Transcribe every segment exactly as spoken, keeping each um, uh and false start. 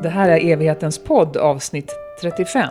Det här är Evighetens podd, avsnitt trettiofem.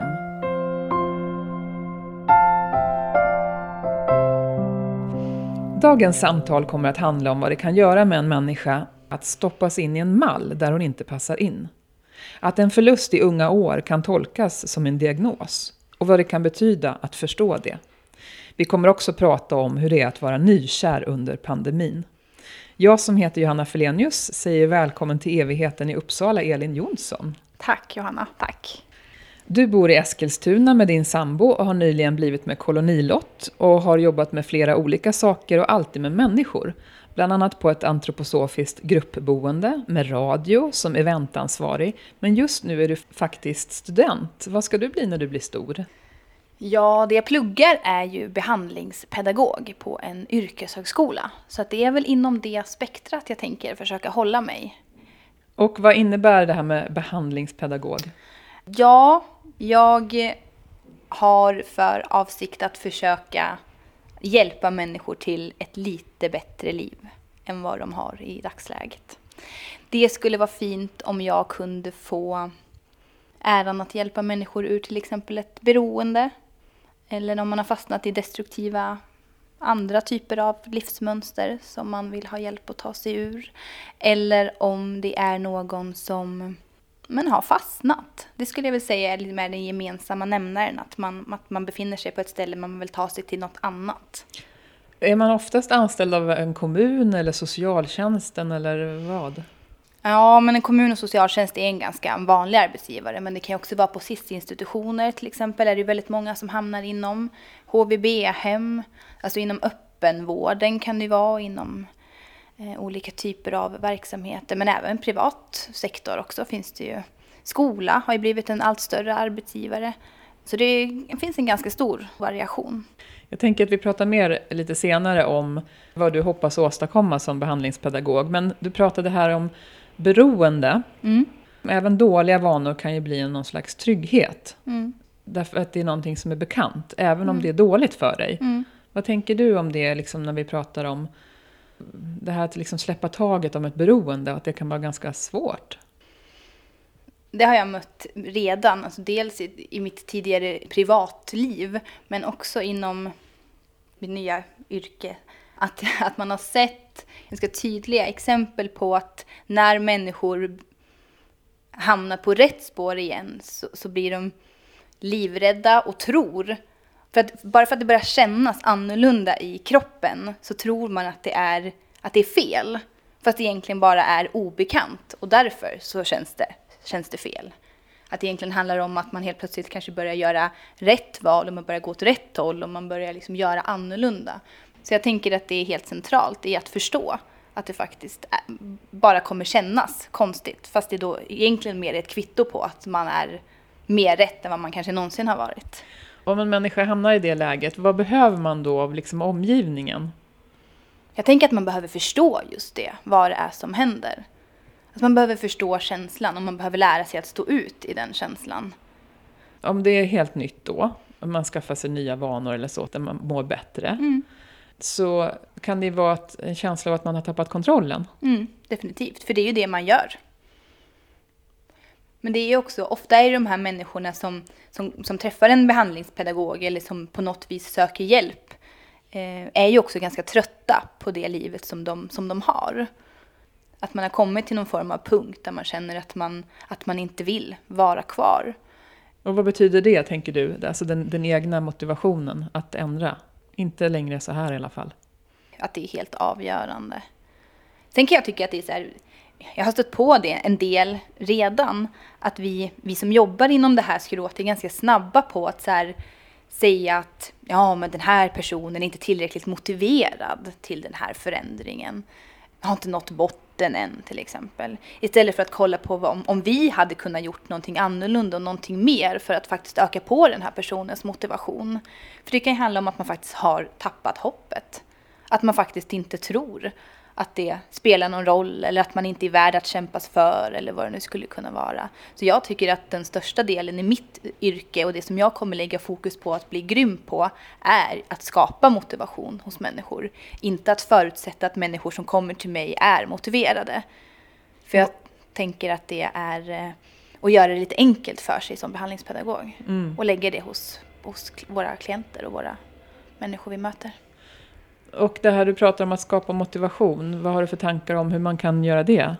Dagens samtal kommer att handla om vad det kan göra med en människa att stoppas in i en mall där hon inte passar in. Att en förlust i unga år kan tolkas som en diagnos och vad det kan betyda att förstå det. Vi kommer också prata om hur det är att vara nykär under pandemin. Jag som heter Johanna Felenius säger välkommen till Evigheten i Uppsala, Elin Jonsson. Tack Johanna, tack. Du bor i Eskilstuna med din sambo och har nyligen blivit med kolonilott och har jobbat med flera olika saker och alltid med människor. Bland annat på ett antroposofiskt gruppboende med radio som eventansvarig. Men just nu är du faktiskt student. Vad ska du bli när du blir stor? Ja, det jag pluggar är ju behandlingspedagog på en yrkeshögskola. Så att det är väl inom det spektrat jag tänker försöka hålla mig. Och vad innebär det här med behandlingspedagog? Ja, jag har för avsikt att försöka hjälpa människor till ett lite bättre liv än vad de har i dagsläget. Det skulle vara fint om jag kunde få äran att hjälpa människor ur till exempel ett beroende. Eller om man har fastnat i destruktiva andra typer av livsmönster som man vill ha hjälp att ta sig ur. Eller om det är någon som men har fastnat. Det skulle jag vilja säga är lite mer den gemensamma nämnaren. Att man, att man befinner sig på ett ställe man vill ta sig till något annat. Är man oftast anställd av en kommun eller socialtjänsten eller vad? Ja, men en kommun och socialtjänst är en ganska vanlig arbetsgivare. Men det kan också vara på S I S-institutioner till exempel. Är det väldigt många som hamnar inom H V B-hem. Alltså inom öppenvården kan det vara. Inom eh, olika typer av verksamheter. Men även privat sektor också finns det ju. Skola har ju blivit en allt större arbetsgivare. Så det, det finns en ganska stor variation. Jag tänker att vi pratar mer lite senare om vad du hoppas åstadkomma som behandlingspedagog. Men du pratade här om beroende. Mm. Även dåliga vanor kan ju bli någon slags trygghet. Mm. Därför att det är någonting som är bekant. Även mm. om det är dåligt för dig. Mm. Vad tänker du om det liksom, när vi pratar om det här att liksom släppa taget om ett beroende? Att det kan vara ganska svårt. Det har jag mött redan. Alltså dels i, i mitt tidigare privatliv. Men också inom mitt nya yrke. Att, att man har sett ganska tydliga exempel på att när människor hamnar på rätt spår igen så, så blir de livrädda och tror. För att, bara för att det börjar kännas annorlunda i kroppen så tror man att det är, att det är fel. Fast det egentligen bara är obekant och därför så känns det, känns det fel. Att det egentligen handlar om att man helt plötsligt kanske börjar göra rätt val och man börjar gå åt rätt håll och man börjar liksom göra annorlunda. Så jag tänker att det är helt centralt i att förstå att det faktiskt är, bara kommer kännas konstigt. Fast det då egentligen mer är ett kvitto på att man är mer rätt än vad man kanske någonsin har varit. Om en människa hamnar i det läget, vad behöver man då av liksom omgivningen? Jag tänker att man behöver förstå just det, vad det är som händer. Att man behöver förstå känslan och man behöver lära sig att stå ut i den känslan. Om det är helt nytt då, om man skaffar sig nya vanor eller så, där man mår bättre. Mm. Så kan det vara en känsla av att man har tappat kontrollen. Mm, definitivt, för det är ju det man gör. Men det är ju också, ofta är det de här människorna som, som, som träffar en behandlingspedagog eller som på något vis söker hjälp. Eh, är ju också ganska trötta på det livet som de, som de har. Att man har kommit till någon form av punkt där man känner att man, att man inte vill vara kvar. Och vad betyder det, tänker du? Alltså den, den egna motivationen att ändra? Inte längre så här i alla fall. Att det är helt avgörande. Sen kan jag tycka att det är så här, jag har stött på det en del redan, att vi, vi som jobbar inom det här skrået är ganska snabba på att så här, säga att ja, men den här personen är inte tillräckligt motiverad till den här förändringen. Jag har inte nått botten än till exempel. Istället för att kolla på vad, om, om vi hade kunnat gjort någonting annorlunda och någonting mer för att faktiskt öka på den här personens motivation. För det kan ju handla om att man faktiskt har tappat hoppet. Att man faktiskt inte tror att det spelar någon roll eller att man inte är värd att kämpas för eller vad det nu skulle kunna vara. Så jag tycker att den största delen i mitt yrke och det som jag kommer lägga fokus på att bli grym på är att skapa motivation hos människor. Inte att förutsätta att människor som kommer till mig är motiverade. För jag tänker att det är och göra det lite enkelt för sig som behandlingspedagog. Mm. Och lägga det hos, hos våra klienter och våra människor vi möter. Och det här du pratar om att skapa motivation, vad har du för tankar om hur man kan göra det?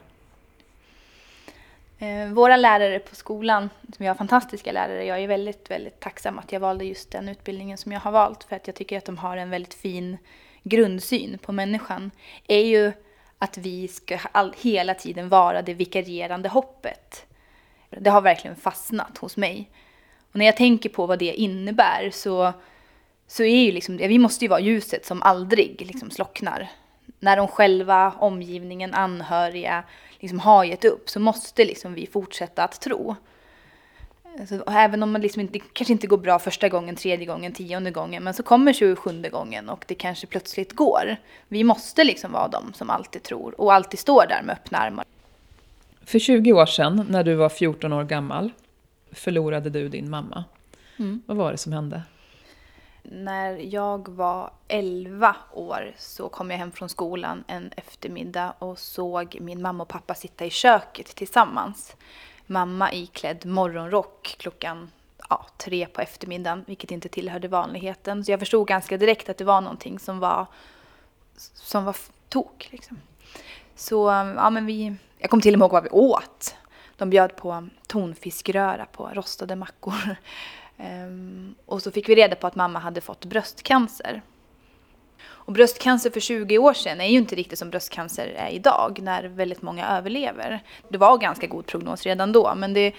Eh, våra lärare på skolan, som jag har fantastiska lärare, jag är väldigt, väldigt tacksam att jag valde just den utbildningen som jag har valt. För att jag tycker att de har en väldigt fin grundsyn på människan. Är ju att vi ska all, hela tiden vara det vikarierande hoppet. Det har verkligen fastnat hos mig. Och när jag tänker på vad det innebär så, så är ju liksom det, vi måste ju vara ljuset som aldrig liksom slocknar. När de själva, omgivningen, anhöriga liksom har gett upp så måste liksom vi fortsätta att tro. Så även om man liksom inte, det kanske inte går bra första gången, tredje gången, tionde gången, men så kommer tjugosjunde gången och det kanske plötsligt går. Vi måste liksom vara de som alltid tror och alltid står där med öppna armar. För tjugo år sedan, när du var fjorton år gammal, förlorade du din mamma. Mm. Vad var det som hände? När jag var elva år så kom jag hem från skolan en eftermiddag och såg min mamma och pappa sitta i köket tillsammans. Mamma iklädd morgonrock klockan ja, tre på eftermiddagen, vilket inte tillhörde vanligheten. Så jag förstod ganska direkt att det var någonting som var, som var tok. Liksom. Så ja, men vi, jag kom till och med ihåg vad vi åt. De bjöd på tonfiskröra på rostade mackor. Um, och så fick vi reda på att mamma hade fått bröstcancer. Och bröstcancer för tjugo år sedan är ju inte riktigt som bröstcancer är idag, när väldigt många överlever. Det var ganska god prognos redan då, men det,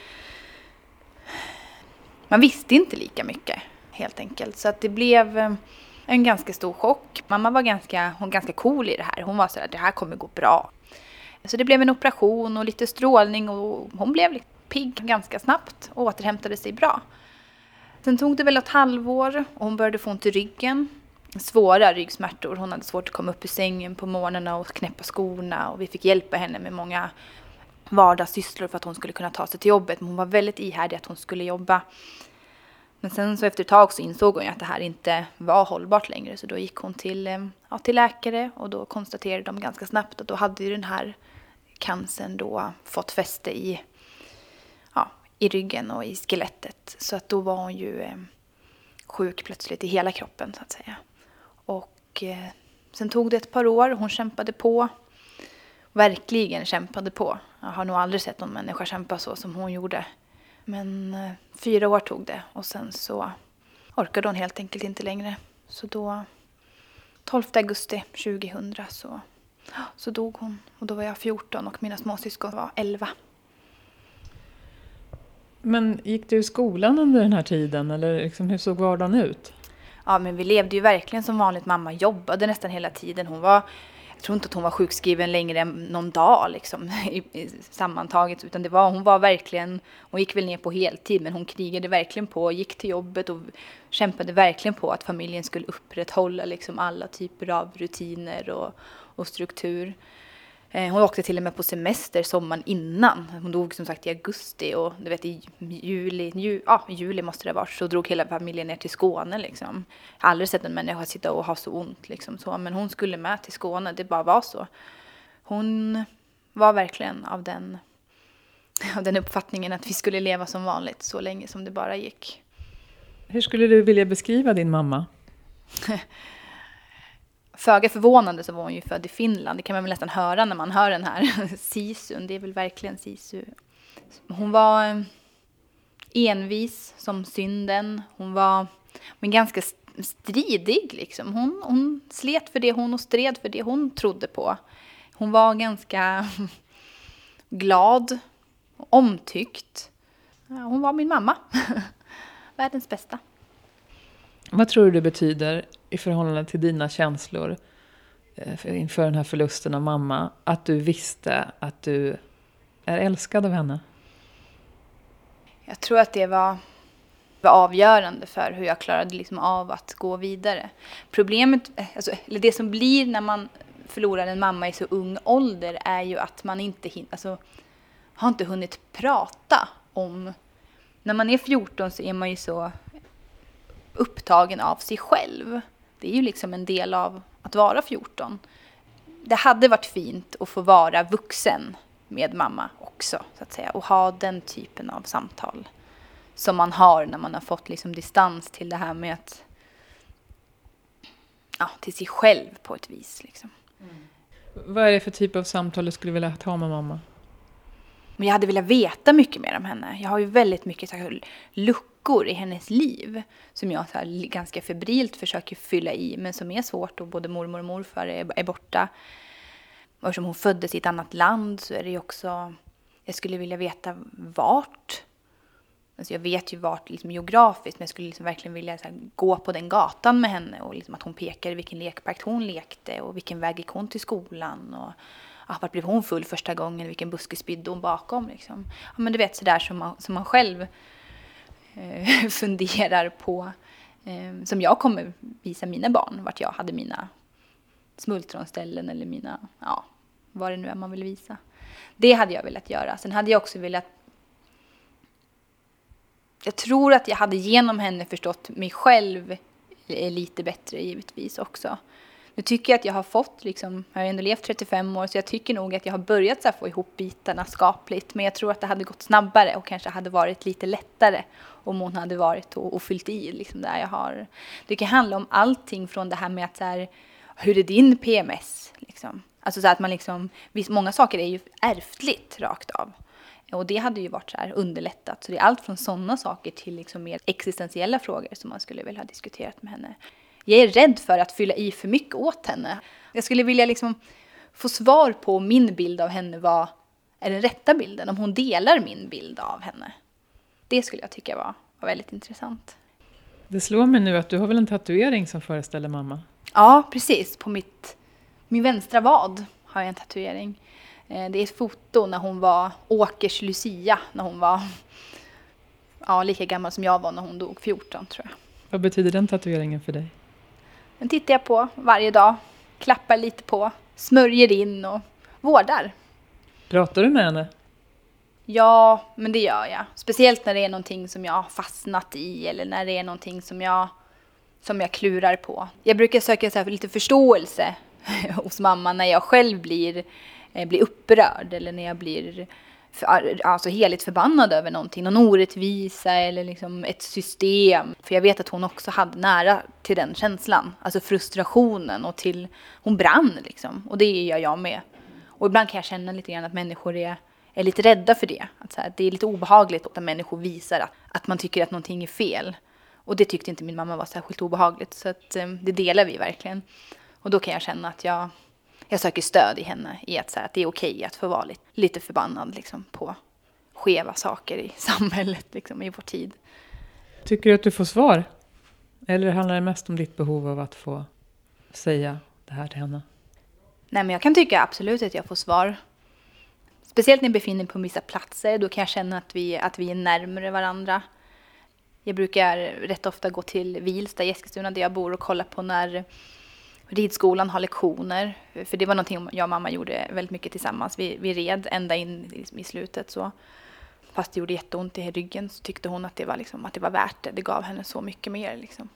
man visste inte lika mycket helt enkelt. Så att det blev en ganska stor chock. Mamma var ganska, hon var ganska cool i det här. Hon var så att det här kommer gå bra. Så det blev en operation och lite strålning och hon blev lite pigg ganska snabbt och återhämtade sig bra. Sen tog det väl ett halvår och hon började få ont i ryggen. Svåra ryggsmärtor. Hon hade svårt att komma upp ur sängen på morgnarna och knäppa skorna. Och vi fick hjälpa henne med många vardagssysslor för att hon skulle kunna ta sig till jobbet. Men hon var väldigt ihärdig att hon skulle jobba. Men sen så efter ett tag så insåg hon att det här inte var hållbart längre. Så då gick hon till, ja, till läkare och då konstaterade de ganska snabbt att då hade ju den här cancern då fått fäste i, ja, i ryggen och i skelettet. Så att då var hon ju eh, sjuk plötsligt i hela kroppen så att säga. Och eh, sen tog det ett par år. Hon kämpade på. Verkligen kämpade på. Jag har nog aldrig sett någon människa kämpa så som hon gjorde. Men eh, fyra år tog det. Och sen så orkade hon helt enkelt inte längre. Så då tolfte augusti tjugohundra så, så dog hon. Och då var jag fjorton och mina småsyskon var elva. Men gick du i skolan under den här tiden? Eller liksom, hur såg vardagen ut? Ja, men vi levde ju verkligen som vanligt. Mamma jobbade nästan hela tiden. Hon var, jag tror inte att hon var sjukskriven längre än någon dag liksom, i, i sammantaget. Utan det var, hon var verkligen, hon gick väl ner på heltid. Men hon krigade verkligen på, gick till jobbet och kämpade verkligen på att familjen skulle upprätthålla liksom, alla typer av rutiner och, och struktur. Hon åkte till och med på semester sommaren innan. Hon dog som sagt i augusti och du vet, i juli, ju, ja, juli måste det ha varit. Så drog hela familjen ner till Skåne. Liksom. Jag har aldrig sett en människa sitta och ha så ont. Liksom, så. Men hon skulle med till Skåne, det bara var så. Hon var verkligen av den, av den uppfattningen att vi skulle leva som vanligt så länge som det bara gick. Hur skulle du vilja beskriva din mamma? Föga förvånande så var hon ju född i Finland. Det kan man väl nästan höra när man hör den här Sisun. Det är väl verkligen Sisu. Hon var envis som synden. Hon var men ganska stridig. Liksom. Hon, hon slet för det hon och stred för det hon trodde på. Hon var ganska glad och omtyckt. Hon var min mamma. Världens bästa. Vad tror du det betyder i förhållande till dina känslor inför den här förlusten av mamma, att du visste att du är älskad av henne? Jag tror att det var, var avgörande för hur jag klarade liksom av att gå vidare. Problemet, alltså, eller det som blir när man förlorar en mamma i så ung ålder är ju att man inte hin- alltså, har inte hunnit prata om... När man är fjorton så är man ju så upptagen av sig själv. Det är ju liksom en del av att vara fjorton. Det hade varit fint att få vara vuxen med mamma också, så att säga. Och ha den typen av samtal som man har när man har fått liksom distans till det här med att, ja, till sig själv på ett vis. Liksom. Mm. Vad är det för typ av samtal du skulle vilja ha med mamma? Men jag hade velat veta mycket mer om henne. Jag har ju väldigt mycket så här luckor i hennes liv som jag så här ganska febrilt försöker fylla i, men som är svårt, och både mormor och morfar är, är borta. Och eftersom hon föddes i ett annat land så är det ju också, jag skulle vilja veta vart. Alltså jag vet ju vart liksom geografiskt, men jag skulle liksom verkligen vilja så här, gå på den gatan med henne och liksom att hon pekar i vilken lekpark hon lekte och vilken väg gick hon till skolan och ah, vart blev hon full första gången, vilken buske spydde hon bakom liksom. Ja, men du vet, sådär som man, som man själv eh, funderar på, eh, som jag kommer visa mina barn, vart jag hade mina smultronställen eller mina, ja, vad det nu är man vill visa. Det hade jag velat göra. Sen hade jag också velat, jag tror att jag hade genom henne förstått mig själv lite bättre givetvis också. Nu tycker jag att jag har fått, liksom, jag har ändå levt trettiofem år, så jag tycker nog att jag har börjat så här, få ihop bitarna skapligt. Men jag tror att det hade gått snabbare och kanske hade varit lite lättare om hon hade varit och, och fyllt i. Liksom, där jag har. Det kan handla om allting från det här med att så här, hur är din P M S? Liksom. Alltså så att man liksom, många saker är ju ärftligt rakt av. Och det hade ju varit så här underlättat. Så det är allt från sådana saker till liksom mer existentiella frågor som man skulle vilja ha diskuterat med henne. Jag är rädd för att fylla i för mycket åt henne. Jag skulle vilja liksom få svar på min bild av henne, vad är den rätta bilden, om hon delar min bild av henne. Det skulle jag tycka var, var väldigt intressant. Det slår mig nu att du har väl en tatuering som föreställer mamma? Ja, precis. På mitt, min vänstra vad har jag en tatuering. Det är ett foto när hon var Åkers Lucia, när hon var ja, lika gammal som jag var när hon dog, fjorton tror jag. Vad betyder den tatueringen för dig? Den tittar jag på varje dag, klappar lite på, smörjer in och vårdar. Pratar du med henne? Ja, men det gör jag. Speciellt när det är någonting som jag har fastnat i eller när det är någonting som jag, som jag klurar på. Jag brukar söka så här lite förståelse hos mamma när jag själv blir, blir upprörd eller när jag blir för, alltså heligt förbannad över någonting, någon orättvisa eller liksom ett system. För jag vet att hon också hade nära till den känslan, alltså frustrationen och till, hon brann liksom. Och det gör jag med. Och ibland kan jag känna lite grann att människor är, är lite rädda för det. Att så här, det är lite obehagligt att människor visar att, att man tycker att någonting är fel. Och det tyckte inte min mamma var särskilt obehagligt, så att, det delar vi verkligen. Och då kan jag känna att jag Jag söker stöd i henne i att, så här, att det är okej att få vara lite, lite förbannad liksom, på skeva saker i samhället, liksom, i vår tid. Tycker du att du får svar? Eller handlar det mest om ditt behov av att få säga det här till henne? Nej, men jag kan tycka absolut att jag får svar. Speciellt när jag befinner mig på vissa platser. Då kan jag känna att vi, att vi är närmare varandra. Jag brukar rätt ofta gå till Vilsta i Eskilstuna där jag bor och kolla på när ridskolan har lektioner, för det var någonting jag och mamma gjorde väldigt mycket tillsammans. Vi, vi red ända in i, i slutet så. Fast det gjorde jätteont i ryggen så tyckte hon att det var, liksom, att det var värt det. Det gav henne så mycket mer. Liksom.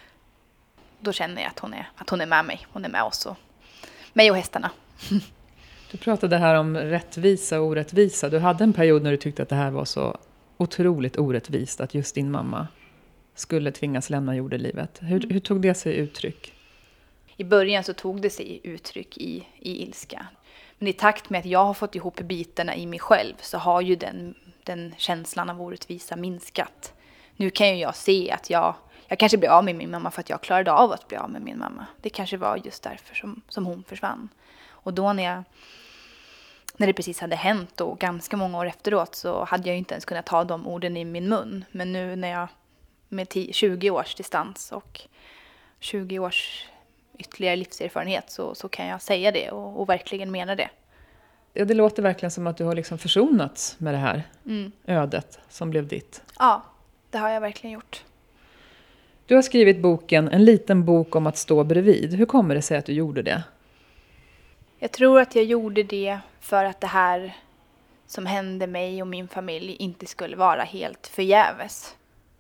Då känner jag att hon, är, att hon är med mig. Hon är med oss och mig och hästarna. Du pratade här om rättvisa och orättvisa. Du hade en period när du tyckte att det här var så otroligt orättvist att just din mamma skulle tvingas lämna jordelivet. Hur, hur tog det sig uttryck? I början så tog det sig uttryck i, i ilska. Men i takt med att jag har fått ihop bitarna i mig själv så har ju den, den känslan av orättvisa minskat. Nu kan ju jag se att jag, jag kanske blir av med min mamma för att jag klarade av att bli av med min mamma. Det kanske var just därför som, som hon försvann. Och då när, jag, när det precis hade hänt och ganska många år efteråt så hade jag ju inte ens kunnat ta de orden i min mun. Men nu när jag med tio, tjugo års distans och tjugo års ytterligare livserfarenhet så, så kan jag säga det och, och verkligen mena det. Ja, det låter verkligen som att du har liksom försonats med det här mm. ödet som blev ditt. Ja, det har jag verkligen gjort. Du har skrivit boken En liten bok om att stå bredvid. Hur kommer det sig att du gjorde det? Jag tror att jag gjorde det för att det här som hände mig och min familj inte skulle vara helt förgäves.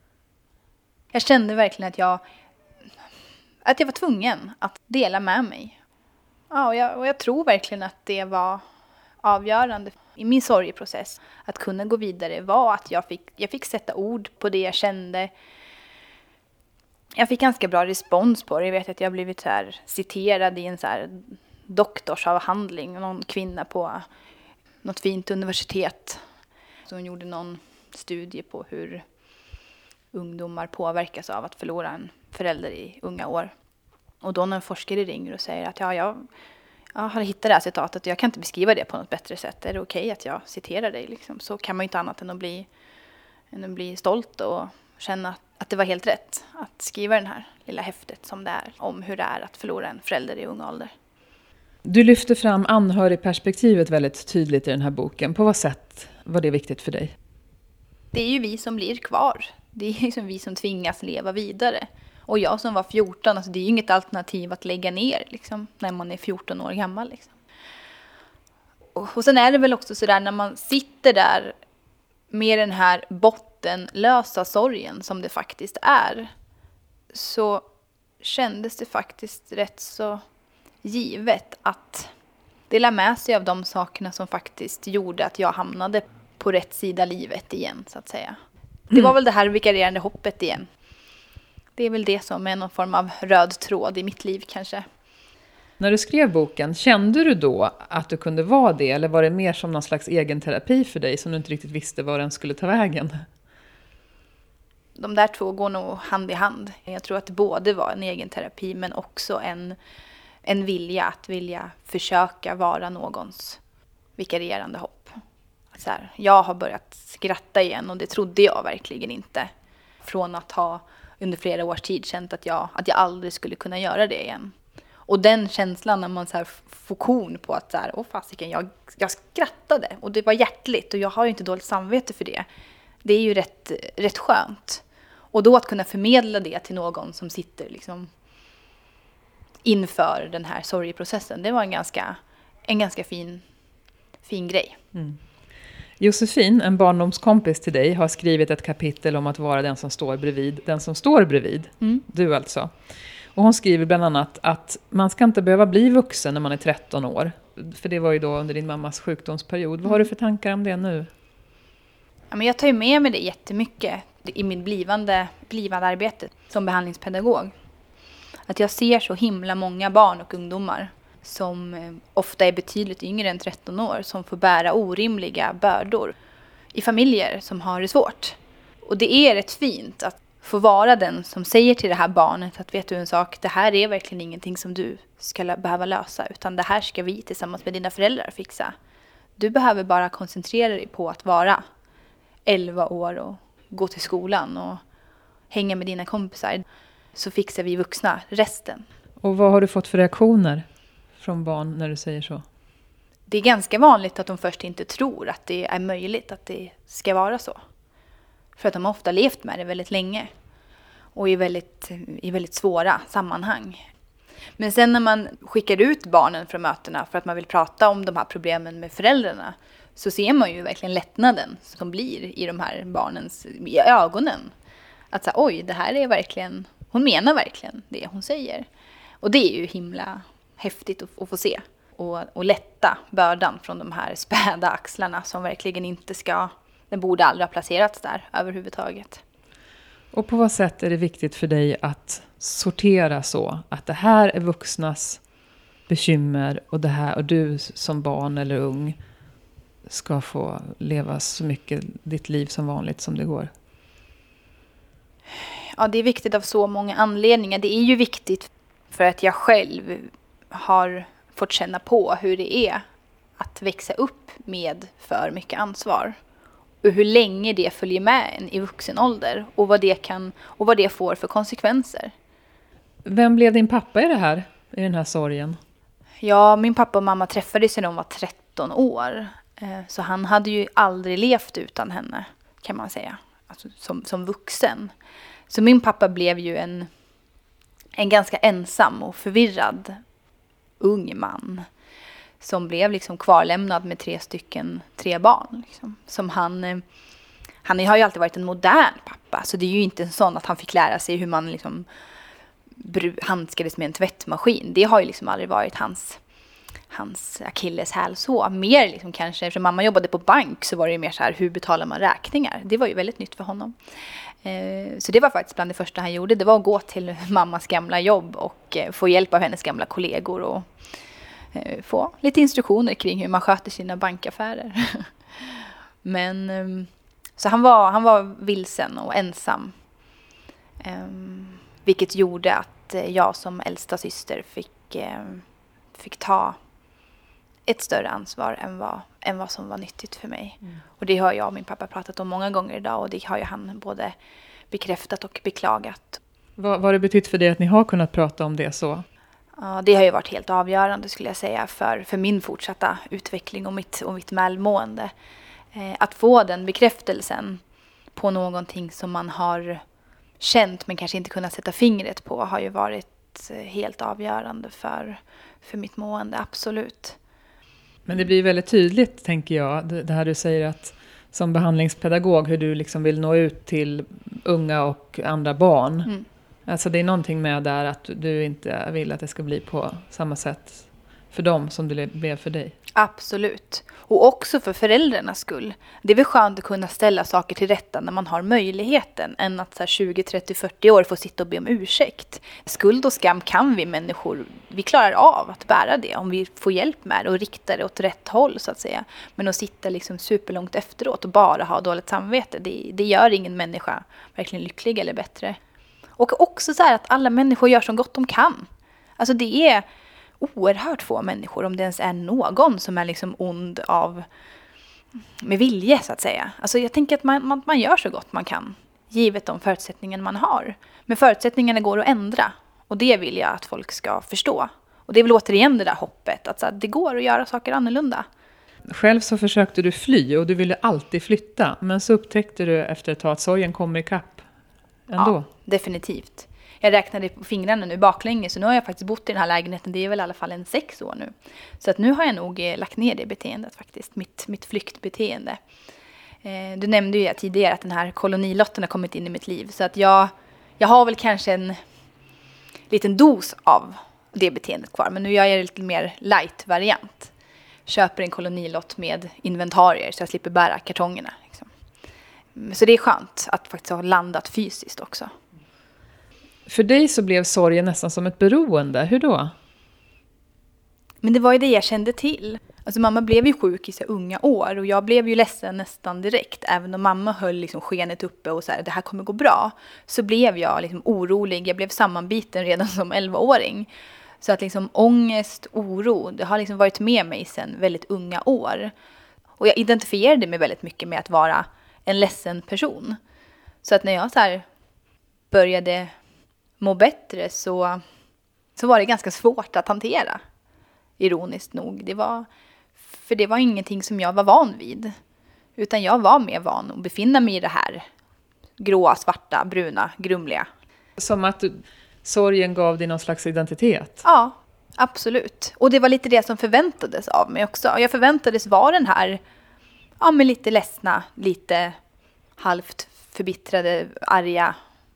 Jag kände verkligen att jag Att jag var tvungen att dela med mig. Ja, och jag, och jag tror verkligen att det var avgörande. i min sorgeprocess. Att kunna gå vidare var att jag fick, jag fick sätta ord på det jag kände. Jag fick ganska bra respons på det. Jag vet att jag blivit så här citerad i en så här doktorsavhandling. Någon kvinna på något fint universitet. Så hon gjorde någon studie på hur ungdomar påverkas av att förlora en förälder i unga år. Och då när en forskare ringer och säger att ja, jag, jag har hittat det här citatet och jag kan inte beskriva det på något bättre sätt. Är det okej att jag citerar dig? Liksom? Så kan man ju inte annat än att bli, än att bli stolt och känna att det var helt rätt att skriva den här lilla häftet som det är om hur det är att förlora en förälder i ung ålder. Du lyfter fram anhörigperspektivet väldigt tydligt i den här boken. På vad sätt var det viktigt för dig? Det är ju vi som blir kvar. Det är ju liksom vi som tvingas leva vidare. Och jag som var fjorton, alltså det är ju inget alternativ att lägga ner liksom, när man är fjorton år gammal. Liksom. Och, och sen är det väl också sådär när man sitter där med den här bottenlösa sorgen som det faktiskt är. Så kändes det faktiskt rätt så givet att dela med sig av de sakerna som faktiskt gjorde att jag hamnade på rätt sida livet igen, så att säga. Det var väl det här vikarierande hoppet igen. Det är väl det som är någon form av röd tråd i mitt liv kanske. När du skrev boken, kände du då att du kunde vara det? Eller var det mer som någon slags egen terapi för dig som du inte riktigt visste var den skulle ta vägen? De där två går nog hand i hand. Jag tror att det både var en egen terapi men också en, en vilja att vilja försöka vara någons vikarierande hopp. Så här, jag har börjat skratta igen och det trodde jag verkligen inte. Från att ha under flera års tid känt att jag, att jag aldrig skulle kunna göra det igen. Och den känslan när man så här får kon på att så här, åh fasiken, jag, jag skrattade och det var hjärtligt och jag har ju inte dåligt samvete för det. Det är ju rätt, rätt skönt. Och då att kunna förmedla det till någon som sitter liksom inför den här sorgeprocessen, det var en ganska, en ganska fin, fin grej. Mm. Josefin, en barndomskompis till dig, har skrivit ett kapitel om att vara den som står bredvid, den som står bredvid, mm. du alltså. Och hon skriver bland annat att man ska inte behöva bli vuxen när man är tretton år. För det var ju då under din mammas sjukdomsperiod. Vad har du för tankar om det nu? Ja, men jag tar ju med mig det jättemycket i min blivande, blivande arbete som behandlingspedagog. Att jag ser så himla många barn och ungdomar som ofta är betydligt yngre än tretton år som får bära orimliga bördor i familjer som har det svårt. Och det är rätt fint att få vara den som säger till det här barnet att vet du en sak, det här är verkligen ingenting som du ska behöva lösa utan det här ska vi tillsammans med dina föräldrar fixa. Du behöver bara koncentrera dig på att vara elva år och gå till skolan och hänga med dina kompisar så fixar vi vuxna resten. Och vad har du fått för reaktioner från barn när du säger så? Det är ganska vanligt att de först inte tror att det är möjligt att det ska vara så. För att de har ofta levt med det väldigt länge. Och i väldigt, i väldigt svåra sammanhang. Men sen när man skickar ut barnen från mötena för att man vill prata om de här problemen med föräldrarna. Så ser man ju verkligen lättnaden som blir i de här barnens i ögonen. Att säga, oj, det här är verkligen, hon menar verkligen det hon säger. Och det är ju himla häftigt att, att få se. Och, och lätta bördan från de här späda axlarna som verkligen inte ska, den borde aldrig ha placerats där överhuvudtaget. Och på vad sätt är det viktigt för dig att sortera så att det här är vuxnas bekymmer och det här och du som barn eller ung ska få leva så mycket ditt liv som vanligt som det går? Ja, det är viktigt av så många anledningar. Det är ju viktigt för att jag själv har fått känna på hur det är att växa upp med för mycket ansvar. Och hur länge det följer med en i vuxen ålder och vad det kan och vad det får för konsekvenser. Vem blev din pappa i det här, i den här sorgen? Ja, min pappa och mamma träffades när de var tretton år. Så han hade ju aldrig levt utan henne, kan man säga. Alltså som, som vuxen. Så min pappa blev ju en, en ganska ensam och förvirrad ung man. Som blev liksom kvarlämnad med tre stycken, tre barn. Liksom. Som han, han har ju alltid varit en modern pappa. Så det är ju inte en sån att han fick lära sig hur man liksom handskades med en tvättmaskin. Det har ju liksom aldrig varit hans, hans akilleshäl så. Mer liksom kanske, eftersom mamma jobbade på bank så var det mer så här, hur betalar man räkningar? Det var ju väldigt nytt för honom. Eh, så det var faktiskt bland det första han gjorde. Det var att gå till mammas gamla jobb och eh, få hjälp av hennes gamla kollegor och eh, få lite instruktioner kring hur man sköter sina bankaffärer. Men eh, så han var, han var vilsen och ensam. Eh, vilket gjorde att jag som äldsta syster fick, eh, fick ta ett större ansvar än vad, än vad som var nyttigt för mig. Mm. Och det har jag och min pappa pratat om många gånger idag och det har ju han både bekräftat och beklagat. Vad, vad har det betytt för dig att ni har kunnat prata om det så? Ja, det har ju varit helt avgörande skulle jag säga för, för min fortsatta utveckling och mitt, och mitt välmående. Eh, att få den bekräftelsen på någonting som man har känt men kanske inte kunnat sätta fingret på har ju varit helt avgörande för, för mitt mående, absolut. Men det blir väldigt tydligt, tänker jag, det här du säger att som behandlingspedagog, hur du liksom vill nå ut till unga och andra barn. Mm. Alltså det är någonting med där att du inte vill att det ska bli på samma sätt för dem som det blev för dig. Absolut. Och också för föräldrarnas skull. Det är väl skönt att kunna ställa saker till rätta när man har möjligheten än att så här tjugo, trettio, fyrtio år få sitta och be om ursäkt. Skuld och skam kan vi människor, vi klarar av att bära det om vi får hjälp med det och rikta det åt rätt håll så att säga. Men att sitta liksom superlångt efteråt och bara ha dåligt samvete, det, det gör ingen människa verkligen lycklig eller bättre. Och också så här att alla människor gör så gott de kan. Alltså det är oerhört få människor, om det ens är någon som är liksom ond av med vilje så att säga. Alltså jag tänker att man, man, man gör så gott man kan givet de förutsättningar man har. Men förutsättningarna går att ändra och det vill jag att folk ska förstå. Och det är väl återigen det där hoppet att så att det går att göra saker annorlunda. Själv så försökte du fly och du ville alltid flytta, men så upptäckte du efter ett tag att sorgen kommer ikapp ändå. Ja, definitivt. Jag räknade på fingrarna nu baklänges så nu har jag faktiskt bott i den här lägenheten. Det är väl i alla fall en sex år nu. Så att nu har jag nog lagt ner det beteendet faktiskt. Mitt, mitt flyktbeteende. Eh, du nämnde ju tidigare att den här kolonilotten har kommit in i mitt liv. Så att jag, jag har väl kanske en liten dos av det beteendet kvar. Men nu gör jag det lite mer light-variant. Köper en kolonilott med inventarier så jag slipper bära kartongerna. Liksom. Så det är skönt att faktiskt ha landat fysiskt också. För dig så blev sorgen nästan som ett beroende. Hur då? Men det var ju det jag kände till. Alltså mamma blev ju sjuk i så unga år. Och jag blev ju ledsen nästan direkt. Även om mamma höll liksom skenet uppe och så här, det här kommer gå bra. Så blev jag liksom orolig. Jag blev sammanbiten redan som elvaåring. Så att liksom ångest, oro, det har liksom varit med mig sedan väldigt unga år. Och jag identifierade mig väldigt mycket med att vara en ledsen person. Så att när jag så här började må bättre så, så var det ganska svårt att hantera. Ironiskt nog. Det var, för det var ingenting som jag var van vid. Utan jag var mer van att befinna mig i det här gråa, svarta, bruna, grumliga. Som att du, sorgen gav dig någon slags identitet? Ja, absolut. Och det var lite det som förväntades av mig också. Jag förväntades vara den här ja, men lite ledsna, lite halvt förbittrade, arga,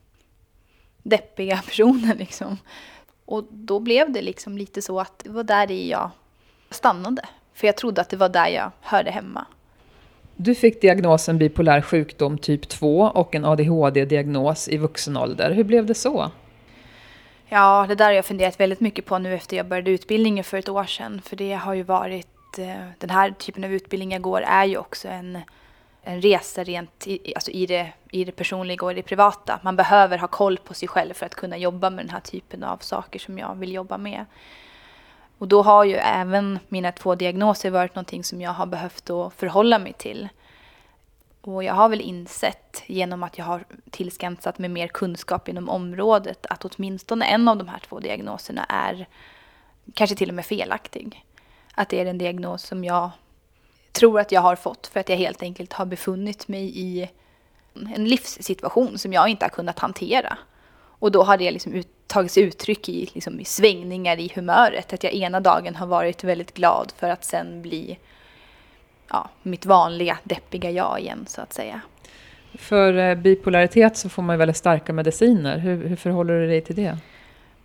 deppiga personen liksom. Och då blev det liksom lite så att det var där jag stannade. För jag trodde att det var där jag hörde hemma. Du fick diagnosen bipolär sjukdom typ två och en A D H D-diagnos i vuxen ålder. Hur blev det så? Ja, det där har jag funderat väldigt mycket på nu efter jag började utbildningen för ett år sedan. För det har ju varit, den här typen av utbildning jag går är ju också en, en resa rent i, alltså i, det, i det personliga och i det privata. Man behöver ha koll på sig själv för att kunna jobba med den här typen av saker som jag vill jobba med. Och då har ju även mina två diagnoser varit någonting som jag har behövt att förhålla mig till. Och jag har väl insett genom att jag har tillskansat mig mer kunskap inom området att åtminstone en av de här två diagnoserna är kanske till och med felaktig. Att det är en diagnos som jag tror att jag har fått för att jag helt enkelt har befunnit mig i en livssituation som jag inte har kunnat hantera. Och då har det liksom ut, tagits uttryck i, liksom, i svängningar i humöret. Att jag ena dagen har varit väldigt glad för att sen bli ja, mitt vanliga deppiga jag igen så att säga. För eh, bipolaritet så får man ju väldigt starka mediciner. Hur, hur förhåller du dig till det?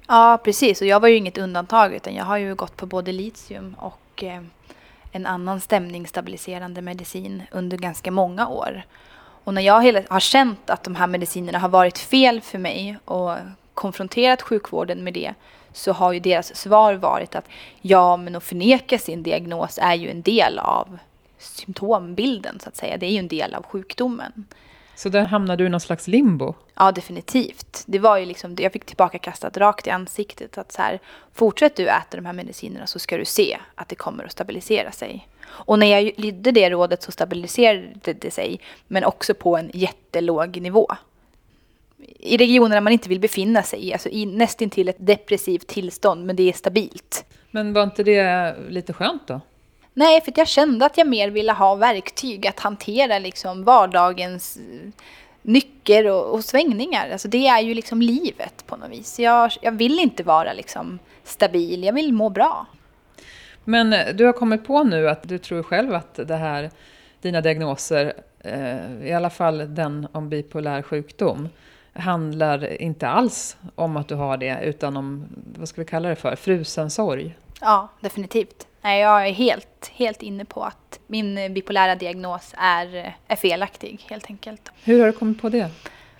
Ja, precis. Och jag var ju inget undantag, utan jag har ju gått på både litium och eh, en annan stämningsstabiliserande medicin under ganska många år. Och när jag hela, har känt att de här medicinerna har varit fel för mig och konfronterat sjukvården med det, så har ju deras svar varit att ja, men att förneka sin diagnos är ju en del av symptombilden, så att säga. Det är ju en del av sjukdomen. Så där hamnade du i någon slags limbo? Ja, definitivt. Det var ju liksom, jag fick tillbaka kastat rakt i ansiktet att så här, fortsätt du äta de här medicinerna så ska du se att det kommer att stabilisera sig. Och när jag lydde det rådet så stabiliserade det sig, men också på en jättelåg nivå. I regioner där man inte vill befinna sig, alltså i nästan till ett depressivt tillstånd, men det är stabilt. Men var inte det lite skönt då? Nej, för jag kände att jag mer ville ha verktyg att hantera liksom vardagens nycker och, och svängningar. Alltså det är ju liksom livet på något vis. Jag, jag vill inte vara liksom stabil, jag vill må bra. Men du har kommit på nu att du tror själv att det här, dina diagnoser, eh, i alla fall den om bipolär sjukdom, handlar inte alls om att du har det, utan om, vad ska vi kalla det för, frusen sorg. Ja, definitivt. Nej, jag är helt, helt inne på att min bipolära diagnos är, är felaktig, helt enkelt. Hur har du kommit på det?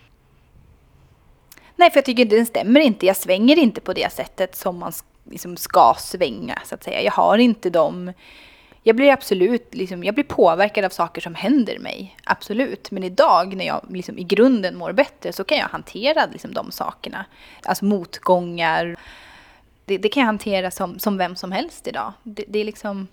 Nej, för jag tycker den stämmer inte. Jag svänger inte på det sättet som man liksom ska svänga, så att säga. Jag har inte dem. Jag blir absolut, liksom, jag blir påverkad av saker som händer mig. Absolut. Men idag när jag liksom i grunden mår bättre så kan jag hantera liksom de sakerna. Alltså motgångar. Det, det kan jag hantera som, som vem som helst idag. Det, det är liksom...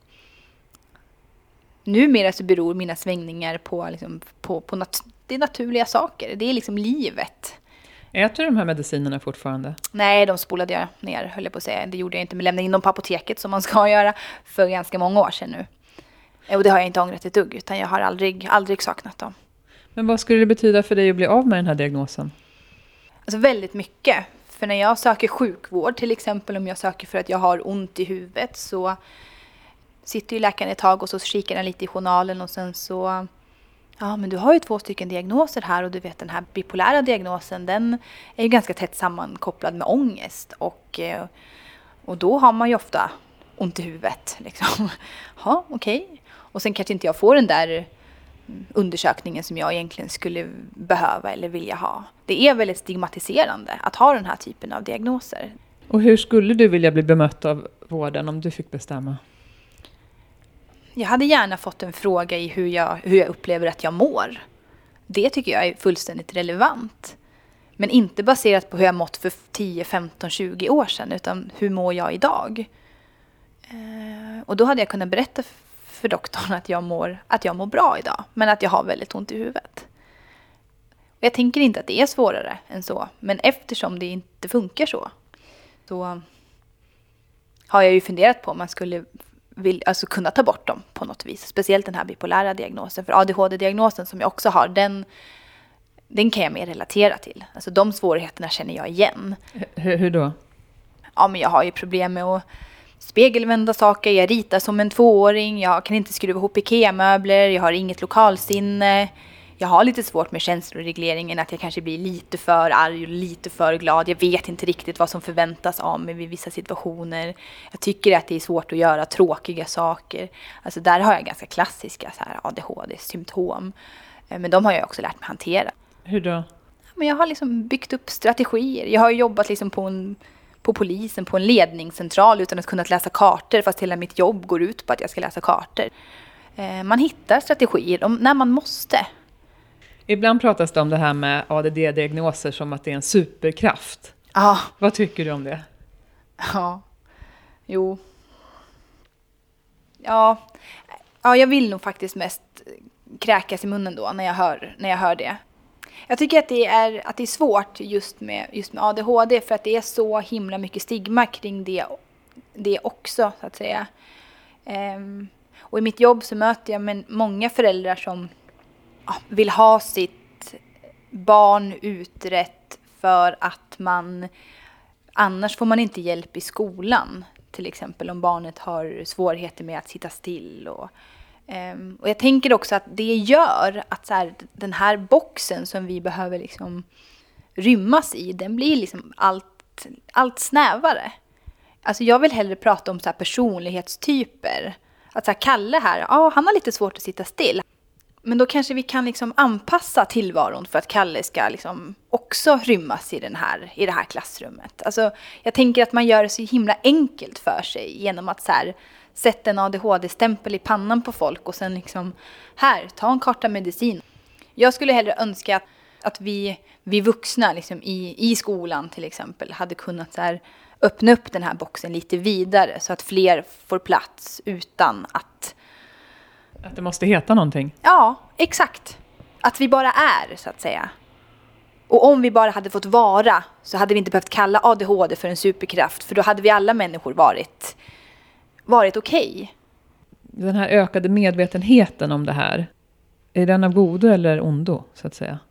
Numera så beror mina svängningar på, liksom, på, på nat- det är naturliga saker. Det är liksom livet. Äter du de här medicinerna fortfarande? Nej, de spolade jag ner, höll jag på att säga. Det gjorde jag inte, men lämnade in dem på apoteket som man ska göra för ganska många år sedan nu. Och det har jag inte ångrat ett dugg, utan jag har aldrig, aldrig saknat dem. Men vad skulle det betyda för dig att bli av med den här diagnosen? Alltså väldigt mycket. För när jag söker sjukvård, till exempel om jag söker för att jag har ont i huvudet, så sitter ju läkaren ett tag och så kikar den lite i journalen och sen så... Ja, men du har ju två stycken diagnoser här och du vet den här bipolära diagnosen, den är ju ganska tätt sammankopplad med ångest. Och, och då har man ju ofta ont i huvudet. Liksom. Ja, okej. Okay. Och sen kanske inte jag får den där undersökningen som jag egentligen skulle behöva eller vilja ha. Det är väldigt stigmatiserande att ha den här typen av diagnoser. Och hur skulle du vilja bli bemött av vården om du fick bestämma? Jag hade gärna fått en fråga i hur jag, hur jag upplever att jag mår. Det tycker jag är fullständigt relevant. Men inte baserat på hur jag mått för tio, femton, tjugo år sedan. Utan hur mår jag idag? Eh, och då hade jag kunnat berätta för doktorn att jag, mår, att jag mår bra idag. Men att jag har väldigt ont i huvudet. Och jag tänker inte att det är svårare än så. Men eftersom det inte funkar så. Så har jag ju funderat på om man skulle... vill alltså kunna ta bort dem på något vis. Speciellt den här bipolära diagnosen. För A D H D-diagnosen som jag också har, den, den kan jag mer relatera till. Alltså de svårigheterna känner jag igen. Hur, hur då? Ja, men jag har ju problem med att spegelvända saker. Jag ritar som en tvååring. Jag kan inte skruva ihop IKEA-möbler. Jag har inget lokalsinne. Jag har lite svårt med känsloregleringen. Att jag kanske blir lite för arg och lite för glad. Jag vet inte riktigt vad som förväntas av mig vid vissa situationer. Jag tycker att det är svårt att göra tråkiga saker. Alltså där har jag ganska klassiska så här A D H D-symptom. Men de har jag också lärt mig hantera. Hur då? Men jag har liksom byggt upp strategier. Jag har jobbat liksom på, en, på polisen, på en ledningscentral utan att kunna läsa kartor. Fast hela mitt jobb går ut på att jag ska läsa kartor. Man hittar strategier om, när man måste. Ibland pratas det om det här med A D D-diagnoser som att det är en superkraft. Ja. Vad tycker du om det? Ja, jo. Ja, ja jag vill nog faktiskt mest kräkas i munnen då när jag hör, när jag hör det. Jag tycker att det är, att det är svårt just med, just med A D H D för att det är så himla mycket stigma kring det, det också, så att säga. Um, och i mitt jobb så möter jag med många föräldrar som vill ha sitt barn utrett för att man annars får man inte hjälp i skolan. Till exempel om barnet har svårigheter med att sitta still. Och, um, och jag tänker också att det gör att så här, den här boxen som vi behöver liksom rymmas i, den blir liksom allt allt, allt snävare. Alltså jag vill hellre prata om så här personlighetstyper. Att så här, Kalle här, ja, han har lite svårt att sitta still. Men då kanske vi kan liksom anpassa tillvaron för att Kalle ska liksom också rymmas i, den här, i det här klassrummet. Alltså, jag tänker att man gör det så himla enkelt för sig genom att så här, sätta en A D H D-stämpel i pannan på folk och sen liksom, här, ta en karta medicin. Jag skulle hellre önska att, att vi, vi vuxna liksom, i, i skolan till exempel hade kunnat så här, öppna upp den här boxen lite vidare så att fler får plats utan att... Att det måste heta någonting. Ja, exakt. Att vi bara är, så att säga. Och om vi bara hade fått vara så hade vi inte behövt kalla A D H D för en superkraft. För då hade vi alla människor varit, varit okej. Okay. Den här ökade medvetenheten om det här, är den av godo eller ondo, så att säga?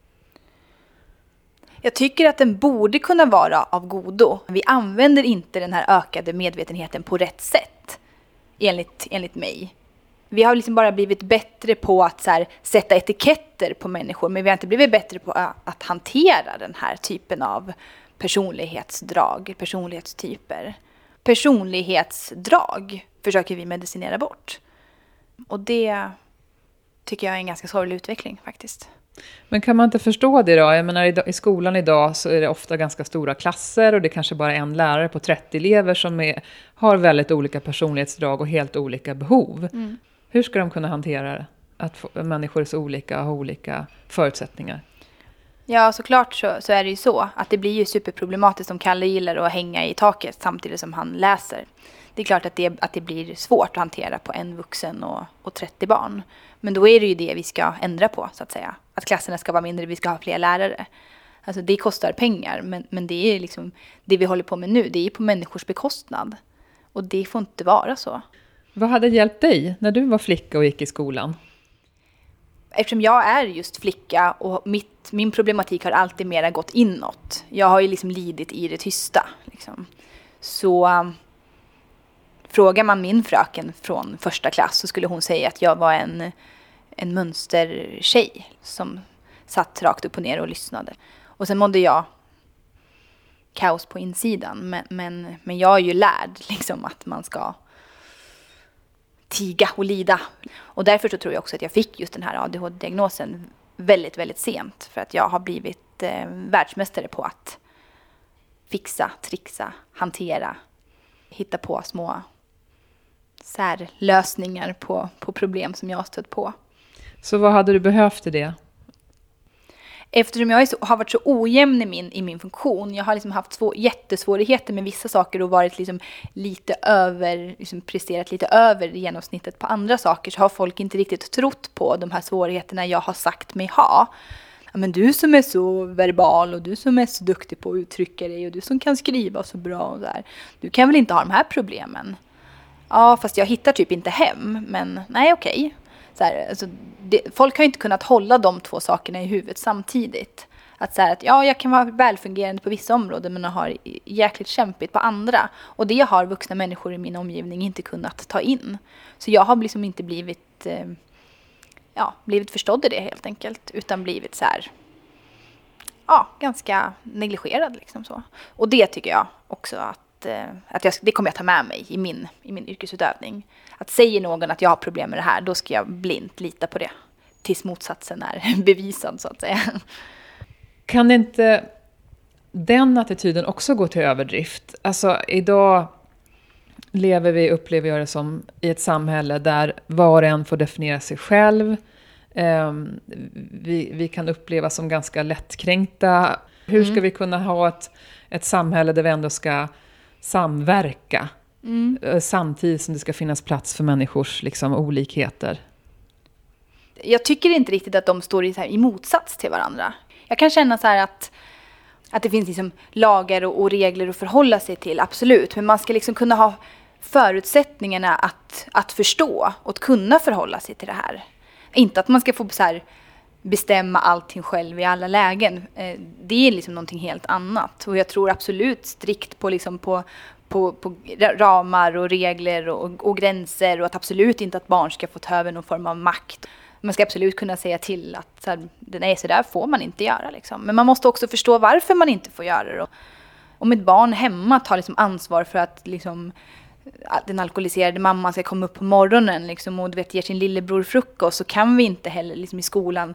Jag tycker att den borde kunna vara av godo. Vi använder inte den här ökade medvetenheten på rätt sätt, enligt, enligt mig. Vi har liksom bara blivit bättre på att så här, sätta etiketter på människor. Men vi har inte blivit bättre på att hantera den här typen av personlighetsdrag, personlighetstyper. Personlighetsdrag försöker vi medicinera bort. Och det tycker jag är en ganska sorglig utveckling faktiskt. Men kan man inte förstå det då? Jag menar, i skolan idag så är det ofta ganska stora klasser och det är kanske bara en lärare på trettio elever som är, har väldigt olika personlighetsdrag och helt olika behov. Mm. Hur ska de kunna hantera det? Att få, människor är så olika och har olika förutsättningar. Ja, såklart så, så är det ju så. Att det blir ju superproblematiskt om Kalle gillar att hänga i taket samtidigt som han läser. Det är klart att det, att det blir svårt att hantera på en vuxen och, och trettio barn. Men då är det ju det vi ska ändra på, så att säga. Att klasserna ska vara mindre, vi ska ha fler lärare. Alltså det kostar pengar, men, men det är liksom det vi håller på med nu. Det är på människors bekostnad. Och det får inte vara så. Vad hade hjälpt dig när du var flicka och gick i skolan? Eftersom jag är just flicka och mitt, min problematik har alltid mera gått inåt. Jag har ju liksom lidit i det tysta. Liksom. Så um, frågar man min fröken från första klass så skulle hon säga att jag var en, en mönstertjej som satt rakt upp och ner och lyssnade. Och sen mådde jag kaos på insidan. Men, men, men jag är ju lärd liksom, att man ska tiga och lida. Och därför så tror jag också att jag fick just den här A D H D-diagnosen väldigt, väldigt sent. För att jag har blivit eh, världsmästare på att fixa, trixa, hantera, hitta på små särlösningar på, på problem som jag har stött på. Så vad hade du behövt i det? Eftersom jag är så, har varit så ojämn i min, i min funktion, jag har liksom haft svår, jättesvårigheter med vissa saker och varit liksom lite över, liksom presterat lite över genomsnittet på andra saker, så har folk inte riktigt trott på de här svårigheterna jag har sagt mig ha. Ja, men du som är så verbal och du som är så duktig på att uttrycka dig och du som kan skriva så bra och där, du kan väl inte ha de här problemen? Ja, fast jag hittar typ inte hem, men nej okej. Så här, alltså, det, folk har inte kunnat hålla de två sakerna i huvudet samtidigt. Att säga att ja, jag kan vara välfungerande på vissa områden men har jäkligt kämpigt på andra. Och det har vuxna människor i min omgivning inte kunnat ta in. Så jag har liksom inte blivit, eh, ja, blivit förstådd i det helt enkelt. Utan blivit så här, ja, ganska negligerad liksom så. Och det tycker jag också att Att jag, det kommer jag ta med mig i min, i min yrkesutövning. Att säger någon att jag har problem med det här, då ska jag blint lita på det. Tills motsatsen är bevisad, så att säga. Kan inte den attityden också gå till överdrift? Alltså idag lever vi, upplever jag det som, i ett samhälle där var och en får definiera sig själv. Um, vi, vi kan uppleva som ganska lättkränkta. Hur ska mm. vi kunna ha ett, ett samhälle där vi ändå ska samverka mm. samtidigt som det ska finnas plats för människors liksom, olikheter? Jag tycker inte riktigt att de står i, så här, i motsats till varandra. Jag kan känna så här att, att det finns liksom lagar och, och regler att förhålla sig till, absolut. Men man ska liksom kunna ha förutsättningarna att, att förstå och att kunna förhålla sig till det här. Inte att man ska få så här, bestämma allting själv i alla lägen. Det är liksom någonting helt annat. Och jag tror absolut strikt på, liksom på, på, på ramar och regler och, och gränser. Och att absolut inte att barn ska få ta över någon form av makt. Man ska absolut kunna säga till att så här, nej, så där får man inte göra. Liksom. Men man måste också förstå varför man inte får göra det. Och, om ett barn hemma tar liksom ansvar för att liksom, att den alkoholiserade mamman ska komma upp på morgonen liksom, och du vet, ger sin lillebror frukost, så kan vi inte heller liksom, i skolan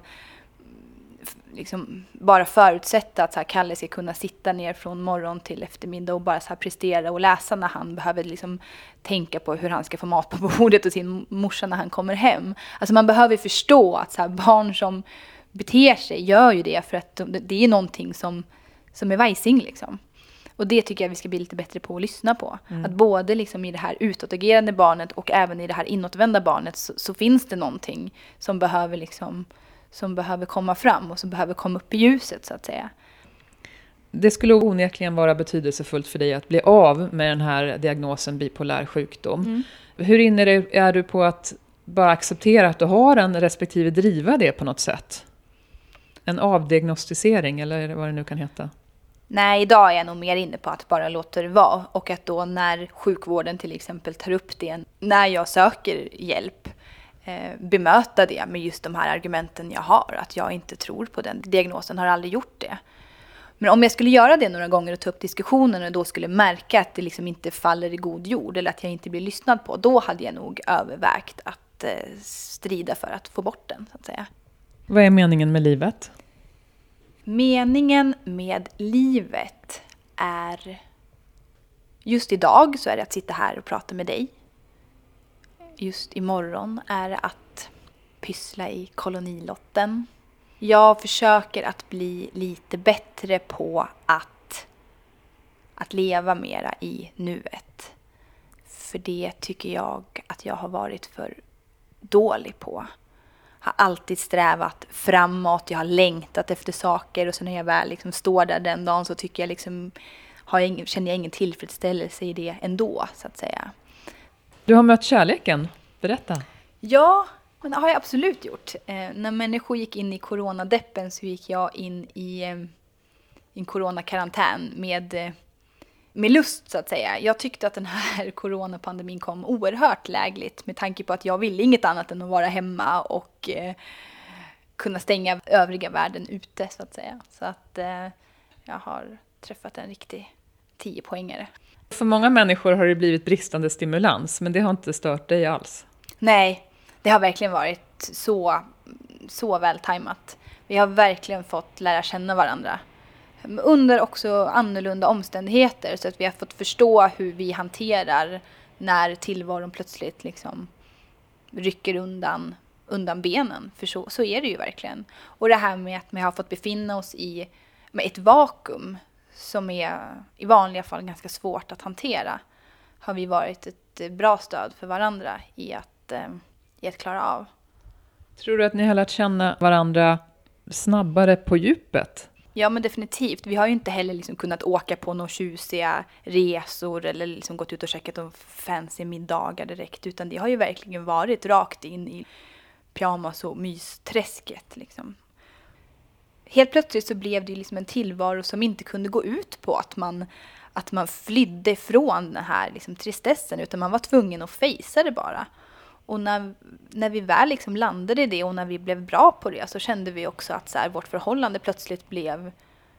liksom, bara förutsätta att så här, Kalle ska kunna sitta ner från morgon till eftermiddag och bara så här, prestera och läsa när han behöver liksom, tänka på hur han ska få mat på bordet och sin morsa när han kommer hem. Alltså man behöver förstå att så här, barn som beter sig gör ju det för att det är någonting som, som är vajsing liksom. Och det tycker jag vi ska bli lite bättre på att lyssna på. Mm. Att både liksom i det här utåtagerande barnet och även i det här inåtvända barnet så, så finns det någonting som behöver, liksom, som behöver komma fram och som behöver komma upp i ljuset så att säga. Det skulle onekligen vara betydelsefullt för dig att bli av med den här diagnosen bipolär sjukdom. Mm. Hur inne är du på att bara acceptera att du har den respektive driva det på något sätt? En avdiagnostisering eller vad det nu kan heta? Nej, idag är jag nog mer inne på att bara låta det vara. Och att då när sjukvården till exempel tar upp det, när jag söker hjälp, eh, bemöta det med just de här argumenten jag har. Att jag inte tror på den diagnosen, har aldrig gjort det. Men om jag skulle göra det några gånger och ta upp diskussionen och då skulle märka att det liksom inte faller i god jord eller att jag inte blir lyssnad på, då hade jag nog övervägt att eh, strida för att få bort den, så att säga. Vad är meningen med livet? Meningen med livet är, just idag så är det att sitta här och prata med dig. Just imorgon är det att pyssla i kolonilotten. Jag försöker att bli lite bättre på att, att leva mera i nuet. För det tycker jag att jag har varit för dålig på. Har alltid strävat framåt, jag har längtat efter saker och så när jag väl liksom står där den dagen så tycker jag liksom, har jag ingen, känner jag ingen tillfredsställelse i det ändå så att säga. Du har mött kärleken, berätta. Ja, men det har jag absolut gjort. Eh, när människor gick in i coronadeppen så gick jag in i eh, en coronakarantän med, eh, med lust så att säga. Jag tyckte att den här coronapandemin kom oerhört lägligt med tanke på att jag ville inget annat än att vara hemma och eh, kunna stänga övriga världen ute så att säga. Så att eh, jag har träffat en riktig tiopoängare. För många människor har det blivit bristande stimulans, men det har inte stört dig alls. Nej, det har verkligen varit så, så väl tajmat. Vi har verkligen fått lära känna varandra. Under också annorlunda omständigheter så att vi har fått förstå hur vi hanterar när tillvaron plötsligt liksom rycker undan, undan benen. För så, så är det ju verkligen. Och det här med att vi har fått befinna oss i med ett vakuum som är i vanliga fall ganska svårt att hantera har vi varit ett bra stöd för varandra i att, eh, i att klara av. Tror du att ni har lärt känna varandra snabbare på djupet? Ja, men definitivt. Vi har ju inte heller liksom kunnat åka på några tjusiga resor eller liksom gått ut och käkat de fancy middagar direkt. Utan det har ju verkligen varit rakt in i pyjamas och mysträsket. Liksom. Helt plötsligt så blev det liksom en tillvaro som inte kunde gå ut på att man, att man flydde från den här liksom tristessen. Utan man var tvungen att fejsa det bara. Och när, när vi väl liksom landade i det och när vi blev bra på det så kände vi också att så här, vårt förhållande plötsligt blev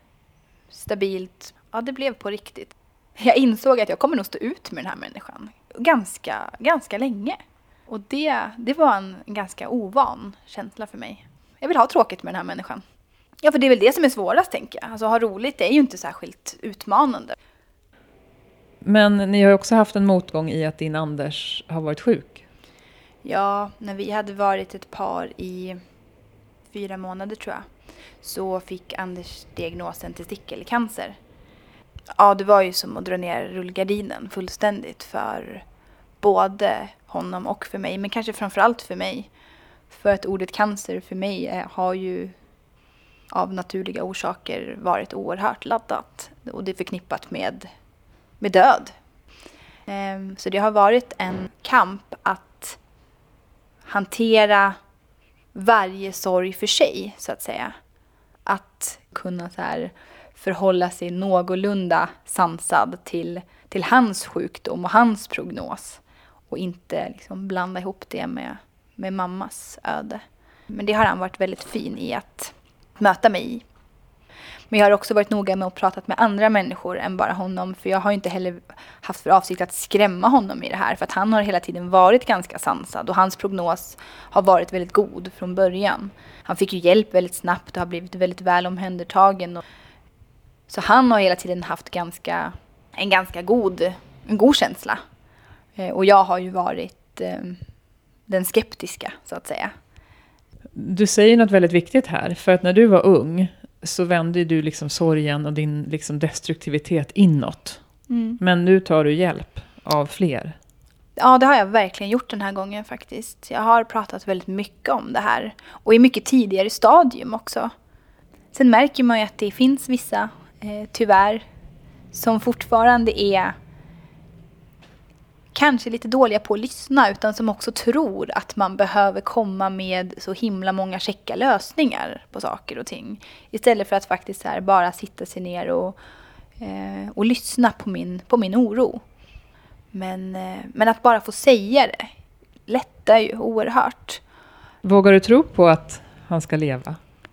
stabilt. Ja, det blev på riktigt. Jag insåg att jag kommer nog stå ut med den här människan ganska, ganska länge. Och det, det var en ganska ovan känsla för mig. Jag vill ha tråkigt med den här människan. Ja, för det är väl det som är svårast, tänker jag. Alltså ha roligt är ju inte särskilt utmanande. Men ni har också haft en motgång i att din Anders har varit sjuk. Ja, när vi hade varit ett par i fyra månader tror jag så fick Anders diagnosen testikelcancer. Ja, det var ju som att dra ner rullgardinen fullständigt för både honom och för mig. Men kanske framförallt för mig. För att ordet cancer för mig har ju av naturliga orsaker varit oerhört laddat. Och det är förknippat med, med död. Så det har varit en kamp att hantera varje sorg för sig, så att säga. Att kunna så här förhålla sig någorlunda sansad till, till hans sjukdom och hans prognos. Och inte liksom blanda ihop det med, med mammas öde. Men det har han varit väldigt fin i att möta mig i. Men jag har också varit noga med att prata med andra människor än bara honom. För jag har inte heller haft för avsikt att skrämma honom i det här. För att han har hela tiden varit ganska sansad. Och hans prognos har varit väldigt god från början. Han fick ju hjälp väldigt snabbt och har blivit väldigt väl omhändertagen. Så han har hela tiden haft ganska, en ganska god, en god känsla. Och jag har ju varit eh, den skeptiska, så att säga. Du säger något väldigt viktigt här. För att när du var ung så vände du liksom sorgen och din liksom destruktivitet inåt. Mm. Men nu tar du hjälp av fler. Ja, det har jag verkligen gjort den här gången faktiskt. Jag har pratat väldigt mycket om det här. Och i mycket tidigare stadium också. Sen märker man ju att det finns vissa, eh, tyvärr, som fortfarande är kanske lite dåliga på att lyssna, utan som också tror att man behöver komma med så himla många checka lösningar på saker och ting. Istället för att faktiskt här bara sitta sig ner och, eh, och lyssna på min, på min oro. Men, eh, men att bara få säga det lättar ju oerhört. Vågar du tro på att han ska leva?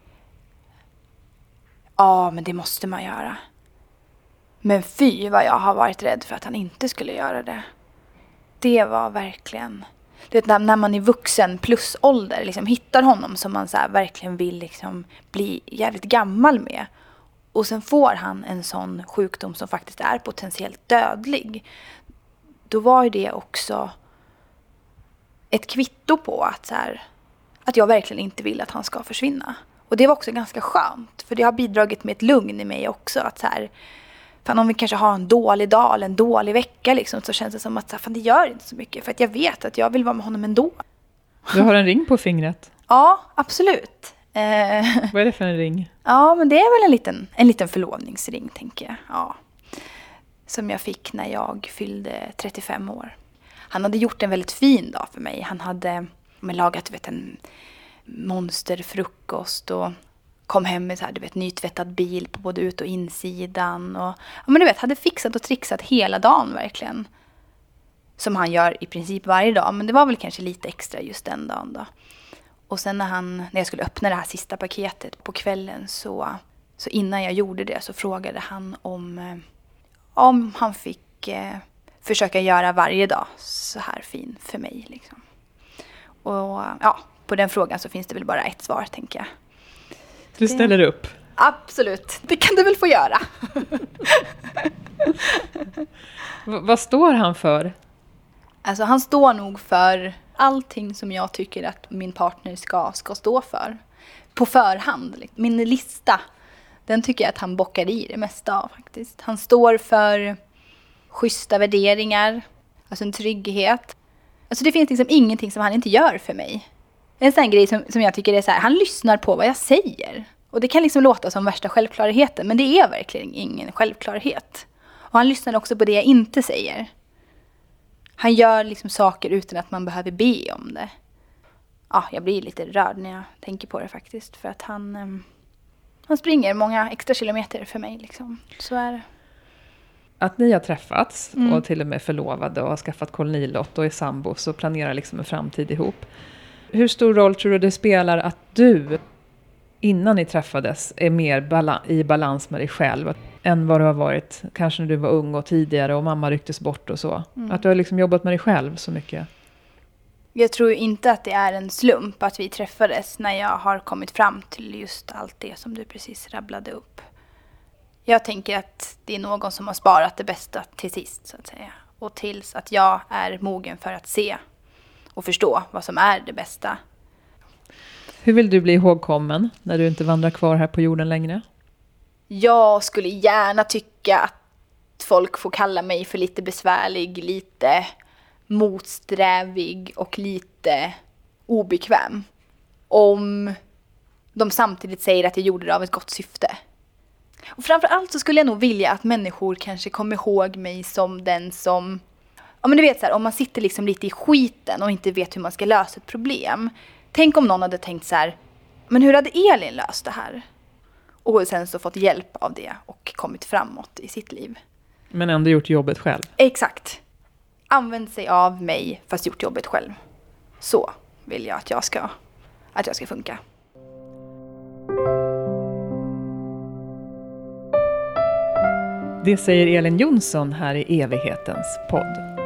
Ja, men det måste man göra. Men fy vad jag har varit rädd för att han inte skulle göra det. Det var verkligen... Det när, när man i vuxen plus ålder liksom hittar honom som man så här verkligen vill liksom bli jävligt gammal med. Och sen får han en sån sjukdom som faktiskt är potentiellt dödlig. Då var ju det också ett kvitto på att, så här, att jag verkligen inte vill att han ska försvinna. Och det var också ganska skönt. För det har bidragit med ett lugn i mig också. Att så här, fan, om vi kanske har en dålig dag eller en dålig vecka liksom, så känns det som att fan, det gör inte så mycket. För att jag vet att jag vill vara med honom ändå. Du har en ring på fingret. Ja, absolut. Eh, Vad är det för en ring? Ja, men det är väl en liten, en liten förlovningsring, tänker jag. Ja. Som jag fick när jag fyllde trettiofem år. Han hade gjort en väldigt fin dag för mig. Han hade men, lagat, du vet, en monsterfrukost och kom hem med så här, du vet, nytvättad bil på både ut- och insidan. Och, ja, men du vet, hade fixat och trixat hela dagen verkligen. Som han gör i princip varje dag. Men det var väl kanske lite extra just den dagen då. Och sen när, han, när jag skulle öppna det här sista paketet på kvällen så, så innan jag gjorde det så frågade han om, om han fick eh, försöka göra varje dag så här fin för mig. Liksom. Och ja, på den frågan så finns det väl bara ett svar, tänker jag. Du ställer det... upp? Absolut, det kan du väl få göra. V- vad står han för? Alltså han står nog för allting som jag tycker att min partner ska, ska stå för. På förhand. Min lista, den tycker jag att han bockar i det mesta av faktiskt. Han står för schyssta värderingar, alltså en trygghet. Alltså det finns liksom ingenting som han inte gör för mig. En sån grej som, som jag tycker är så här, han lyssnar på vad jag säger. Och det kan liksom låta som värsta självklarheten, men det är verkligen ingen självklarhet. Och han lyssnar också på det jag inte säger. Han gör liksom saker utan att man behöver be om det. Ja, jag blir lite rörd när jag tänker på det faktiskt. För att han, um, han springer många extra kilometer för mig. Liksom. Så är det. Att ni har träffats mm. och till och med förlovade och har skaffat kolonilott och är sambos och planerar liksom en framtid ihop. Hur stor roll tror du det spelar att du innan ni träffades är mer bala- i balans med dig själv än vad du har varit kanske när du var ung och tidigare och mamma rycktes bort och så? Mm. Att du har liksom jobbat med dig själv så mycket. Jag tror inte att det är en slump att vi träffades när jag har kommit fram till just allt det som du precis rabblade upp. Jag tänker att det är någon som har sparat det bästa till sist, så att säga. Och tills att jag är mogen för att se och förstå vad som är det bästa. Hur vill du bli ihågkommen när du inte vandrar kvar här på jorden längre? Jag skulle gärna tycka att folk får kalla mig för lite besvärlig, lite motsträvig och lite obekväm. Om de samtidigt säger att jag gjorde det av ett gott syfte. Och framförallt så skulle jag nog vilja att människor kanske kommer ihåg mig som den som... Ja, men du vet så här, om man sitter liksom lite i skiten och inte vet hur man ska lösa ett problem. Tänk om någon hade tänkt så här, men hur hade Elin löst det här? Och sen så fått hjälp av det och kommit framåt i sitt liv. Men ändå gjort jobbet själv. Exakt. Använt sig av mig fast gjort jobbet själv. Så vill jag att jag ska, att jag ska funka. Det säger Elin Jonsson här i Evighetens podd.